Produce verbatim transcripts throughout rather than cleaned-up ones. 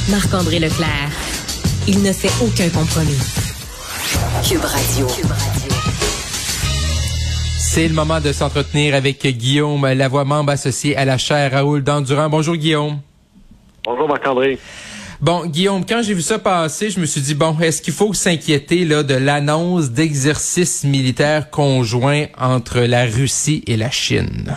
Marc-André Leclerc. Il ne fait aucun compromis. Cube Radio. Cube Radio. C'est le moment de s'entretenir avec Guillaume Lavoie, membre associé à la chaire Raoul Dandurand. Bonjour Guillaume. Bonjour Marc-André. Bon, Guillaume, quand j'ai vu ça passer, je me suis dit, bon, est-ce qu'il faut s'inquiéter là de l'annonce d'exercices militaires conjoints entre la Russie et la Chine?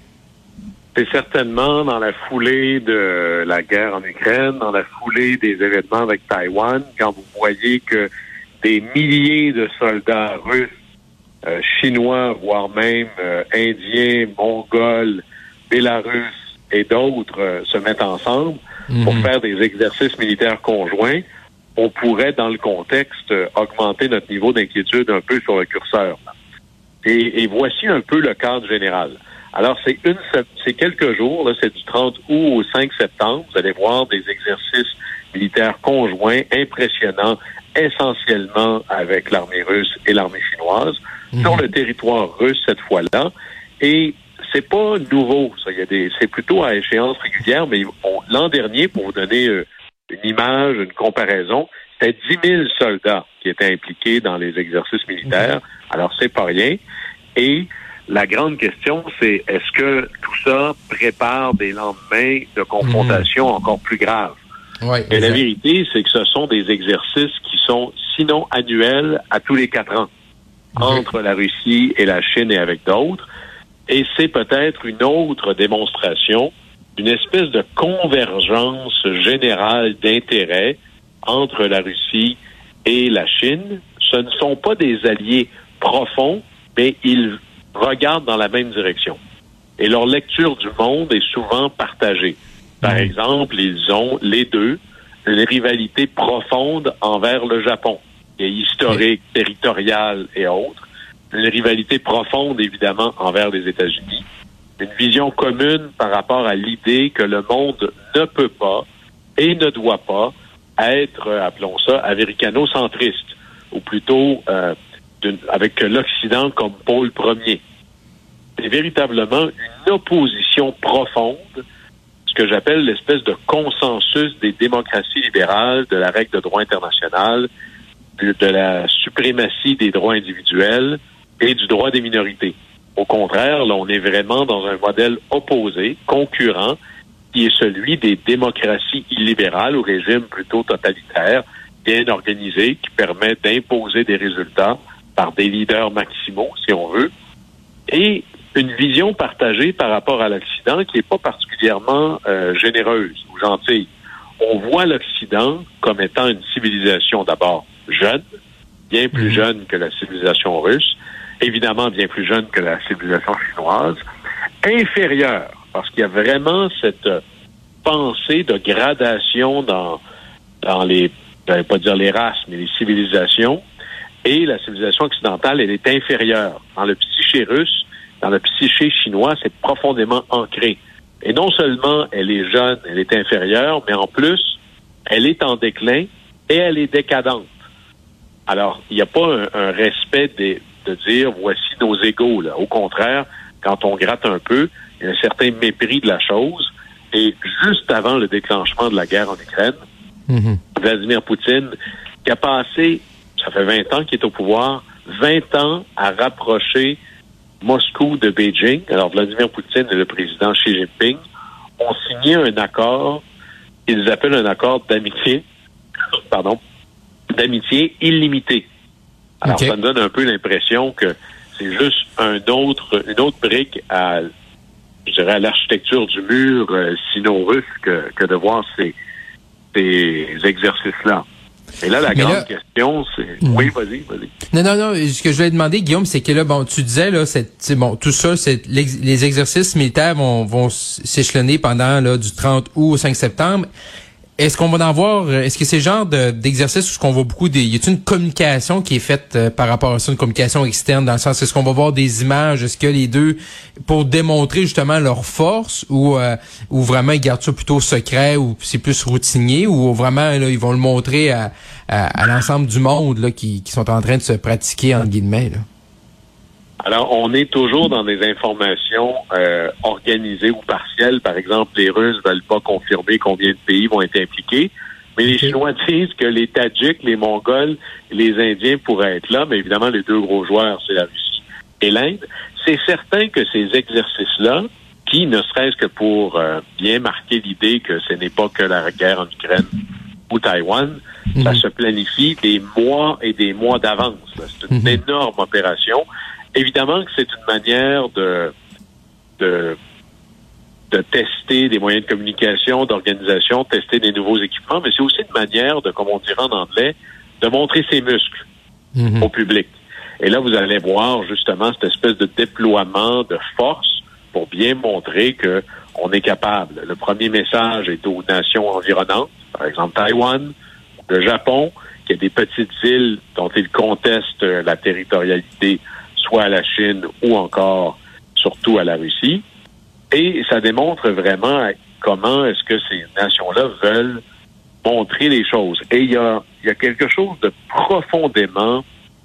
C'est certainement dans la foulée de la guerre en Ukraine, dans la foulée des événements avec Taïwan, quand vous voyez que des milliers de soldats russes, euh, chinois, voire même euh, indiens, mongols, bélarusses et d'autres euh, se mettent ensemble mmh. pour faire des exercices militaires conjoints, on pourrait, dans le contexte, euh, augmenter notre niveau d'inquiétude un peu sur le curseur. Et, et voici un peu le cadre général. Alors, c'est une, c'est quelques jours, là, c'est du trente août au cinq septembre. Vous allez voir des exercices militaires conjoints impressionnants, essentiellement avec l'armée russe et l'armée chinoise, mmh. sur le territoire russe cette fois-là. Et c'est pas nouveau, ça. Il y a des, c'est plutôt à échéance régulière, mais on, l'an dernier, pour vous donner euh, une image, une comparaison, c'était dix mille soldats qui étaient impliqués dans les exercices militaires. Mmh. Alors, c'est pas rien. Et la grande question, c'est est-ce que tout ça prépare des lendemains de confrontation mmh. encore plus graves? Ouais, Et la vérité, c'est que ce sont des exercices qui sont sinon annuels à tous les quatre ans mmh. entre la Russie et la Chine et avec d'autres. Et c'est peut-être une autre démonstration d'une espèce de convergence générale d'intérêts entre la Russie et la Chine. Ce ne sont pas des alliés profonds, mais ils regardent dans la même direction. Et leur lecture du monde est souvent partagée. Par exemple, ils ont, les deux, une rivalité profonde envers le Japon, qui est historique, oui. territoriale et autres. Une rivalité profonde, évidemment, envers les États-Unis. Une vision commune par rapport à l'idée que le monde ne peut pas et ne doit pas être, appelons ça, américano-centriste, ou plutôt euh, avec l'Occident comme pôle premier. C'est véritablement une opposition profonde, ce que j'appelle l'espèce de consensus des démocraties libérales, de la règle de droit international, de, de la suprématie des droits individuels et du droit des minorités. Au contraire, là, on est vraiment dans un modèle opposé, concurrent, qui est celui des démocraties illibérales ou régimes plutôt totalitaires, bien organisés, qui permettent d'imposer des résultats par des leaders maximaux, si on veut, et une vision partagée par rapport à l'Occident qui n'est pas particulièrement euh, généreuse ou gentille. On voit l'Occident comme étant une civilisation d'abord jeune, bien plus mmh. jeune que la civilisation russe, évidemment bien plus jeune que la civilisation chinoise, inférieure, parce qu'il y a vraiment cette pensée de gradation dans, dans les, je ne vais pas dire les races, mais les civilisations, et la civilisation occidentale, elle est inférieure. Dans le psyché russe, dans le psyché chinois, c'est profondément ancré. Et non seulement elle est jeune, elle est inférieure, mais en plus, elle est en déclin et elle est décadente. Alors, il n'y a pas un, un respect de, de dire, voici nos égaux. Là. Au contraire, quand on gratte un peu, il y a un certain mépris de la chose. Et juste avant le déclenchement de la guerre en Ukraine, mm-hmm. Vladimir Poutine, qui a passé, ça fait vingt ans qu'il est au pouvoir, vingt ans à rapprocher Moscou de Beijing. Alors, Vladimir Poutine et le président Xi Jinping ont signé un accord qu'ils appellent un accord d'amitié, pardon, d'amitié illimitée. Alors, okay. ça me donne un peu l'impression que c'est juste un autre, une autre brique à, je dirais, à l'architecture du mur euh, sino-russe que, que de voir ces, ces exercices-là. Et là, la Mais grande là, question, c'est... Mmh. Oui, vas-y, vas-y. Non, non, non, ce que je voulais demander, Guillaume, c'est que là, bon, tu disais, là, c'est, c'est bon, tout ça, c'est les exercices militaires vont, vont s'échelonner pendant, là, du trente août au cinq septembre. Est-ce qu'on va en voir, est-ce que c'est le genre de, d'exercice où ce qu'on voit beaucoup des, y a-t-il une communication qui est faite euh, par rapport à ça, une communication externe, dans le sens, est-ce qu'on va voir des images, est-ce que les deux, pour démontrer justement leur force, ou, euh, ou vraiment ils gardent ça plutôt secret, ou c'est plus routinier, ou vraiment, là, ils vont le montrer à, à, à l'ensemble du monde, là, qui, qui sont en train de se pratiquer, entre guillemets, là? Alors, on est toujours dans des informations euh, organisées ou partielles. Par exemple, les Russes veulent pas confirmer combien de pays vont être impliqués. Mais les okay. Chinois disent que les Tadjiks, les Mongols, les Indiens pourraient être là, mais évidemment, les deux gros joueurs, c'est la Russie et l'Inde. C'est certain que ces exercices-là, qui, ne serait-ce que pour euh, bien marquer l'idée que ce n'est pas que la guerre en Ukraine ou Taïwan, mmh. ça se planifie des mois et des mois d'avance. C'est une mmh. énorme opération. Évidemment que c'est une manière de, de, de tester des moyens de communication, d'organisation, tester des nouveaux équipements, mais c'est aussi une manière de, comme on dirait en anglais, de montrer ses muscles mmh. au public. Et là, vous allez voir justement cette espèce de déploiement de force pour bien montrer que on est capable. Le premier message est aux nations environnantes, par exemple Taïwan, le Japon, qui a des petites îles dont ils contestent la territorialité, soit à la Chine ou encore, surtout à la Russie. Et ça démontre vraiment comment est-ce que ces nations-là veulent montrer les choses. Et il y a, il y a quelque chose de profondément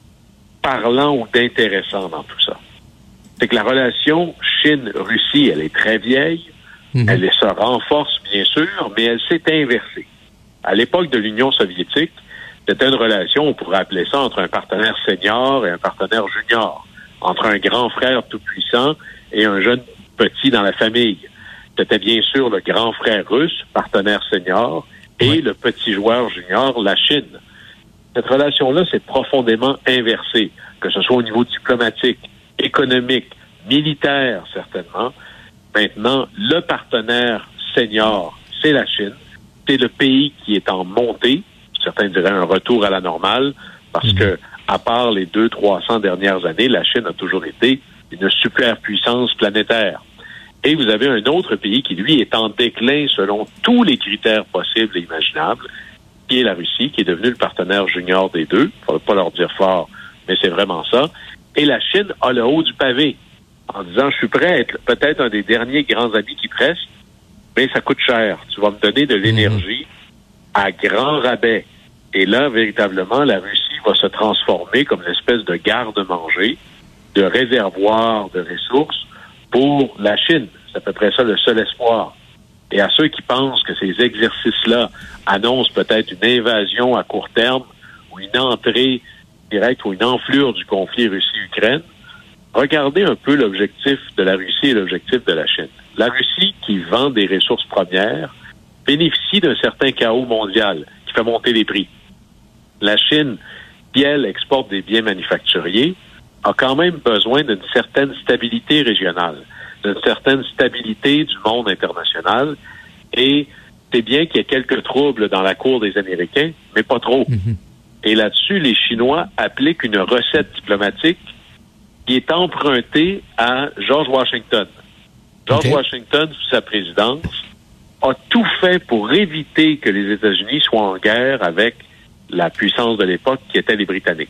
parlant ou d'intéressant dans tout ça. C'est que la relation Chine-Russie, elle est très vieille, mmh. elle se renforce bien sûr, mais elle s'est inversée. À l'époque de l'Union soviétique, c'était une relation, on pourrait appeler ça, entre un partenaire senior et un partenaire junior, entre un grand frère tout-puissant et un jeune petit dans la famille. C'était bien sûr le grand frère russe, partenaire senior, et oui. le petit joueur junior, la Chine. Cette relation-là s'est profondément inversée, que ce soit au niveau diplomatique, économique, militaire, certainement. Maintenant, le partenaire senior, c'est la Chine. C'est le pays qui est en montée. Certains diraient un retour à la normale, parce mmh. que, à part les deux, trois cents dernières années, la Chine a toujours été une superpuissance planétaire. Et vous avez un autre pays qui, lui, est en déclin selon tous les critères possibles et imaginables, qui est la Russie, qui est devenue le partenaire junior des deux. Il ne faut pas leur dire fort, mais c'est vraiment ça. Et la Chine a le haut du pavé en disant, je suis prêt à être peut-être un des derniers grands amis qui te restent, mais ça coûte cher. Tu vas me donner de l'énergie mmh. à grand rabais. Et là, véritablement, la Russie va se transformer comme une espèce de garde-manger, de réservoir de ressources pour la Chine. C'est à peu près ça le seul espoir. Et à ceux qui pensent que ces exercices-là annoncent peut-être une invasion à court terme ou une entrée directe ou une enflure du conflit Russie-Ukraine, regardez un peu l'objectif de la Russie et l'objectif de la Chine. La Russie, qui vend des ressources premières, bénéficie d'un certain chaos mondial qui fait monter les prix. La Chine, qui, elle, exporte des biens manufacturiers, a quand même besoin d'une certaine stabilité régionale, d'une certaine stabilité du monde international. Et c'est bien qu'il y ait quelques troubles dans la cour des Américains, mais pas trop. Mm-hmm. Et là-dessus, les Chinois appliquent une recette diplomatique qui est empruntée à George Washington. George okay. Washington, sous sa présidence, a tout fait pour éviter que les États-Unis soient en guerre avec la puissance de l'époque qui était les Britanniques.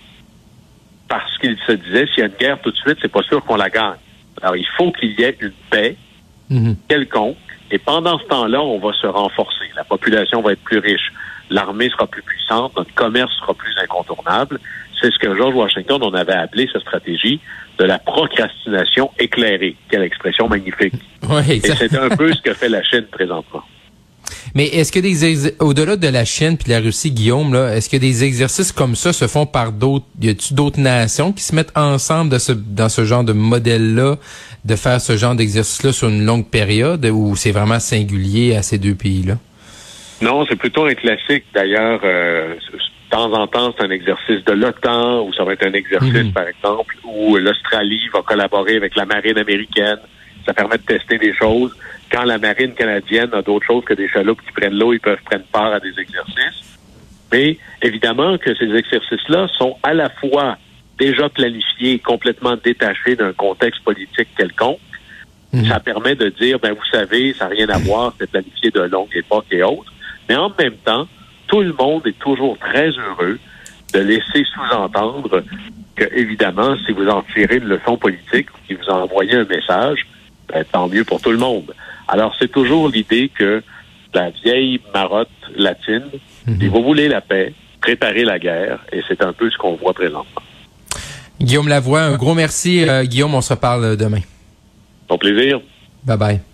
Parce qu'il se disait, s'il y a une guerre tout de suite, c'est pas sûr qu'on la gagne. Alors, il faut qu'il y ait une paix mm-hmm. quelconque. Et pendant ce temps-là, on va se renforcer. La population va être plus riche. L'armée sera plus puissante. Notre commerce sera plus incontournable. C'est ce que George Washington, on avait appelé sa stratégie de la procrastination éclairée. Quelle expression magnifique. Oui, et c'est un peu ce que fait la Chine présentement. Mais est-ce que des ex- au-delà de la Chine puis de la Russie, Guillaume, là, est-ce que des exercices comme ça se font par d'autres, y a-t-il d'autres nations qui se mettent ensemble de ce, dans ce genre de modèle-là, de faire ce genre d'exercice-là sur une longue période, ou c'est vraiment singulier à ces deux pays-là? Non, c'est plutôt un classique. D'ailleurs, euh, de temps en temps, c'est un exercice de l'OTAN, ou ça va être un exercice, mmh. par exemple, où l'Australie va collaborer avec la marine américaine. Ça permet de tester des choses. Quand la marine canadienne a d'autres choses que des chaloupes qui prennent l'eau, ils peuvent prendre part à des exercices. Mais évidemment que ces exercices-là sont à la fois déjà planifiés, complètement détachés d'un contexte politique quelconque. Mmh. Ça permet de dire, ben vous savez, ça n'a rien à voir, c'est planifié de longue époque et autres. Mais en même temps, tout le monde est toujours très heureux de laisser sous-entendre que, évidemment, si vous en tirez une leçon politique ou si vous envoyez un message, ben, tant mieux pour tout le monde. Alors, c'est toujours l'idée que la vieille marotte latine, mm-hmm. si vous voulez la paix, préparez la guerre, et c'est un peu ce qu'on voit présentement. Guillaume Lavoie, un gros merci. Euh, Guillaume, on se reparle demain. Au plaisir. Bye bye.